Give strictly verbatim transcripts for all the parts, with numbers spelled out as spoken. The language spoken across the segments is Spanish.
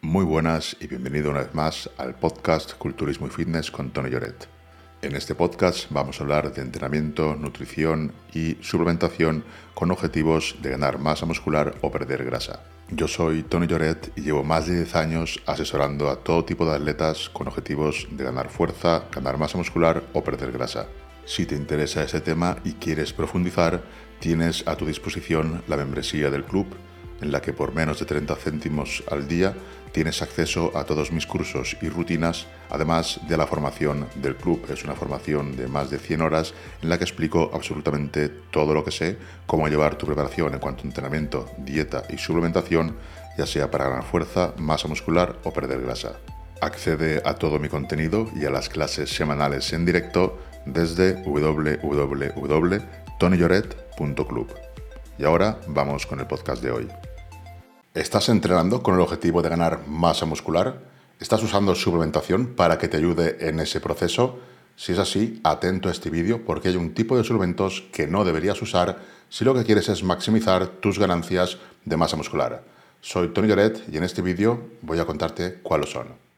Muy buenas y bienvenido una vez más al podcast Culturismo y Fitness con Tony Lloret. En este podcast vamos a hablar de entrenamiento, nutrición y suplementación con objetivos de ganar masa muscular o perder grasa. Yo soy Tony Lloret y llevo más de diez años asesorando a todo tipo de atletas con objetivos de ganar fuerza, ganar masa muscular o perder grasa. Si te interesa ese tema y quieres profundizar, tienes a tu disposición la membresía del club, en la que por menos de treinta céntimos al día tienes acceso a todos mis cursos y rutinas, además de la formación del club. Es una formación de más de cien horas en la que explico absolutamente todo lo que sé, cómo llevar tu preparación en cuanto a entrenamiento, dieta y suplementación, ya sea para ganar fuerza, masa muscular o perder grasa. Accede a todo mi contenido y a las clases semanales en directo desde w w w punto tony lloret punto club. Y ahora vamos con el podcast de hoy. ¿Estás entrenando con el objetivo de ganar masa muscular? ¿Estás usando suplementación para que te ayude en ese proceso? Si es así, atento a este vídeo porque hay un tipo de suplementos que no deberías usar si lo que quieres es maximizar tus ganancias de masa muscular. Soy Tony Lloret y en este vídeo voy a contarte cuáles son.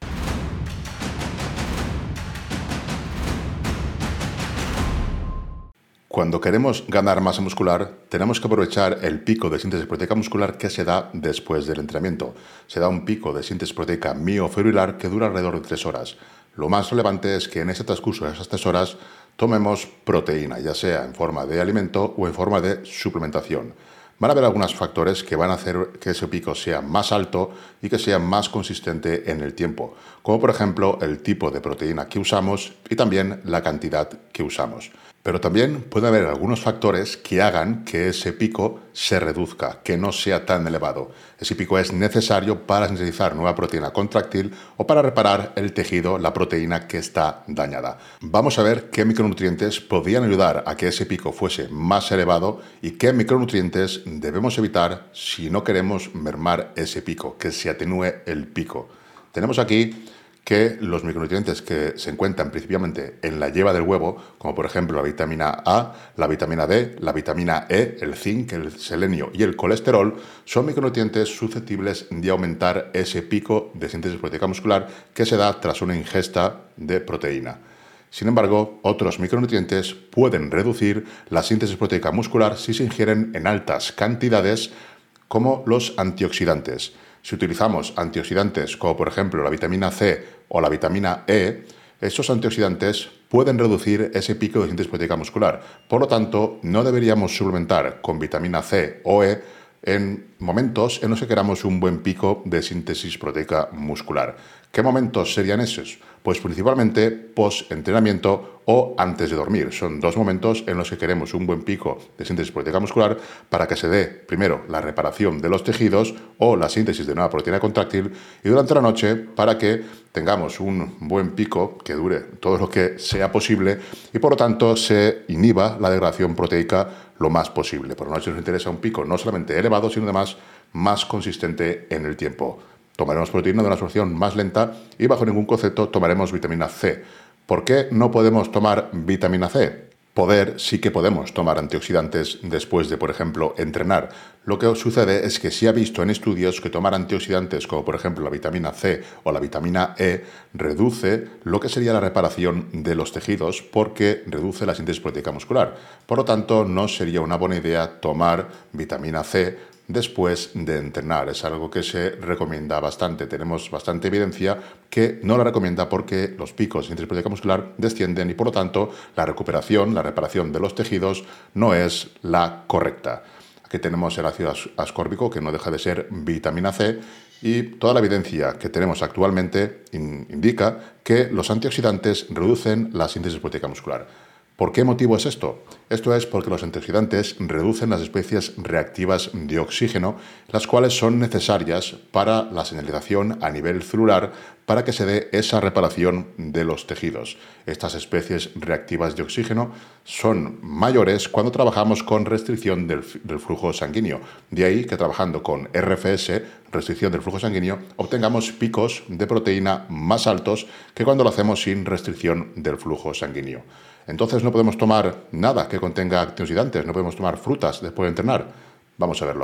Cuando queremos ganar masa muscular, tenemos que aprovechar el pico de síntesis proteica muscular que se da después del entrenamiento. Se da un pico de síntesis proteica miocelular que dura alrededor de tres horas. Lo más relevante es que en ese transcurso de esas tres horas tomemos proteína, ya sea en forma de alimento o en forma de suplementación. Van a haber algunos factores que van a hacer que ese pico sea más alto y que sea más consistente en el tiempo, como por ejemplo el tipo de proteína que usamos y también la cantidad que usamos. Pero también puede haber algunos factores que hagan que ese pico se reduzca, que no sea tan elevado. Ese pico es necesario para sintetizar nueva proteína contráctil o para reparar el tejido, la proteína que está dañada. Vamos a ver qué micronutrientes podrían ayudar a que ese pico fuese más elevado y qué micronutrientes debemos evitar si no queremos mermar ese pico, que se atenúe el pico. Tenemos aquí que los micronutrientes que se encuentran principalmente en la yema del huevo, como por ejemplo la vitamina A, la vitamina D, la vitamina E, el zinc, el selenio y el colesterol, son micronutrientes susceptibles de aumentar ese pico de síntesis proteica muscular que se da tras una ingesta de proteína. Sin embargo, otros micronutrientes pueden reducir la síntesis proteica muscular si se ingieren en altas cantidades, como los antioxidantes. Si utilizamos antioxidantes como por ejemplo la vitamina C o la vitamina E, estos antioxidantes pueden reducir ese pico de síntesis proteica muscular. Por lo tanto, no deberíamos suplementar con vitamina C o E en momentos en los que queramos un buen pico de síntesis proteica muscular. ¿Qué momentos serían esos? Pues principalmente post-entrenamiento o antes de dormir. Son dos momentos en los que queremos un buen pico de síntesis proteica muscular para que se dé primero la reparación de los tejidos o la síntesis de nueva proteína contráctil y durante la noche para que tengamos un buen pico que dure todo lo que sea posible y por lo tanto se inhiba la degradación proteica lo más posible. Por la noche nos interesa un pico no solamente elevado, sino además más consistente en el tiempo. Tomaremos proteína de una absorción más lenta y bajo ningún concepto tomaremos vitamina C. ¿Por qué no podemos tomar vitamina C? Poder, sí que podemos tomar antioxidantes después de, por ejemplo, entrenar. Lo que sucede es que se ha visto en estudios que tomar antioxidantes como por ejemplo la vitamina C o la vitamina E reduce lo que sería la reparación de los tejidos porque reduce la síntesis proteica muscular. Por lo tanto, no sería una buena idea tomar vitamina C después de entrenar. Es algo que se recomienda bastante. Tenemos bastante evidencia que no la recomienda porque los picos de síntesis proteica muscular descienden y por lo tanto la recuperación, la reparación de los tejidos no es la correcta. Aquí tenemos el ácido ascórbico, que no deja de ser vitamina C, y toda la evidencia que tenemos actualmente indica que los antioxidantes reducen la síntesis proteica muscular. ¿Por qué motivo es esto? Esto es porque los antioxidantes reducen las especies reactivas de oxígeno, las cuales son necesarias para la señalización a nivel celular para que se dé esa reparación de los tejidos. Estas especies reactivas de oxígeno son mayores cuando trabajamos con restricción del, del flujo sanguíneo. De ahí que trabajando con R F S, restricción del flujo sanguíneo, obtengamos picos de proteína más altos que cuando lo hacemos sin restricción del flujo sanguíneo. Entonces no podemos tomar nada que contenga antioxidantes, no podemos tomar frutas después de entrenar. Vamos a verlo ahora.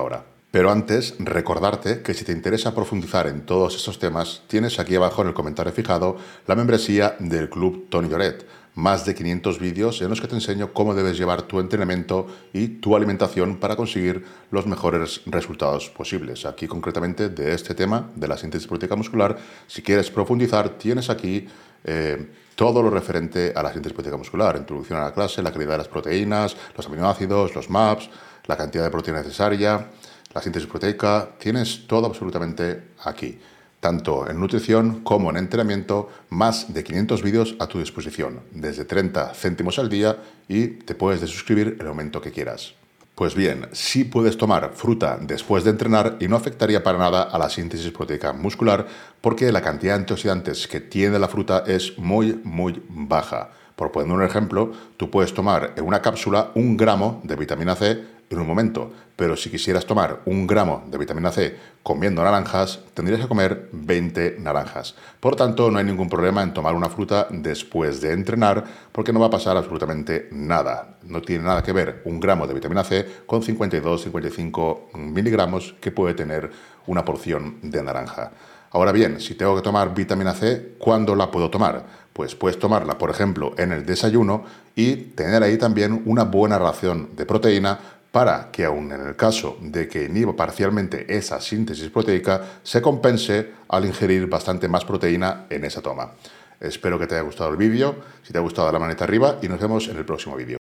Pero antes, recordarte que si te interesa profundizar en todos estos temas, tienes aquí abajo en el comentario fijado la membresía del Club Toni Lloret. Más de quinientos vídeos en los que te enseño cómo debes llevar tu entrenamiento y tu alimentación para conseguir los mejores resultados posibles. Aquí concretamente de este tema, de la síntesis proteica muscular, si quieres profundizar, tienes aquí eh, todo lo referente a la síntesis proteica muscular. Introducción a la clase, la calidad de las proteínas, los aminoácidos, los MAPS, la cantidad de proteína necesaria, la síntesis proteica, tienes todo absolutamente aquí, tanto en nutrición como en entrenamiento, más de quinientos vídeos a tu disposición, desde treinta céntimos al día, y te puedes desuscribir el momento que quieras. Pues bien, sí puedes tomar fruta después de entrenar y no afectaría para nada a la síntesis proteica muscular porque la cantidad de antioxidantes que tiene la fruta es muy, muy baja. Por poner un ejemplo, tú puedes tomar en una cápsula un gramo de vitamina C en un momento, pero si quisieras tomar un gramo de vitamina C comiendo naranjas, tendrías que comer veinte naranjas. Por tanto, no hay ningún problema en tomar una fruta después de entrenar porque no va a pasar absolutamente nada. No tiene nada que ver un gramo de vitamina C con cincuenta y dos a cincuenta y cinco miligramos que puede tener una porción de naranja. Ahora bien, si tengo que tomar vitamina C, ¿cuándo la puedo tomar? Pues puedes tomarla, por ejemplo, en el desayuno y tener ahí también una buena ración de proteína para que aun en el caso de que inhiba parcialmente esa síntesis proteica, se compense al ingerir bastante más proteína en esa toma. Espero que te haya gustado el vídeo. Si te ha gustado, dale la manita arriba y nos vemos en el próximo vídeo.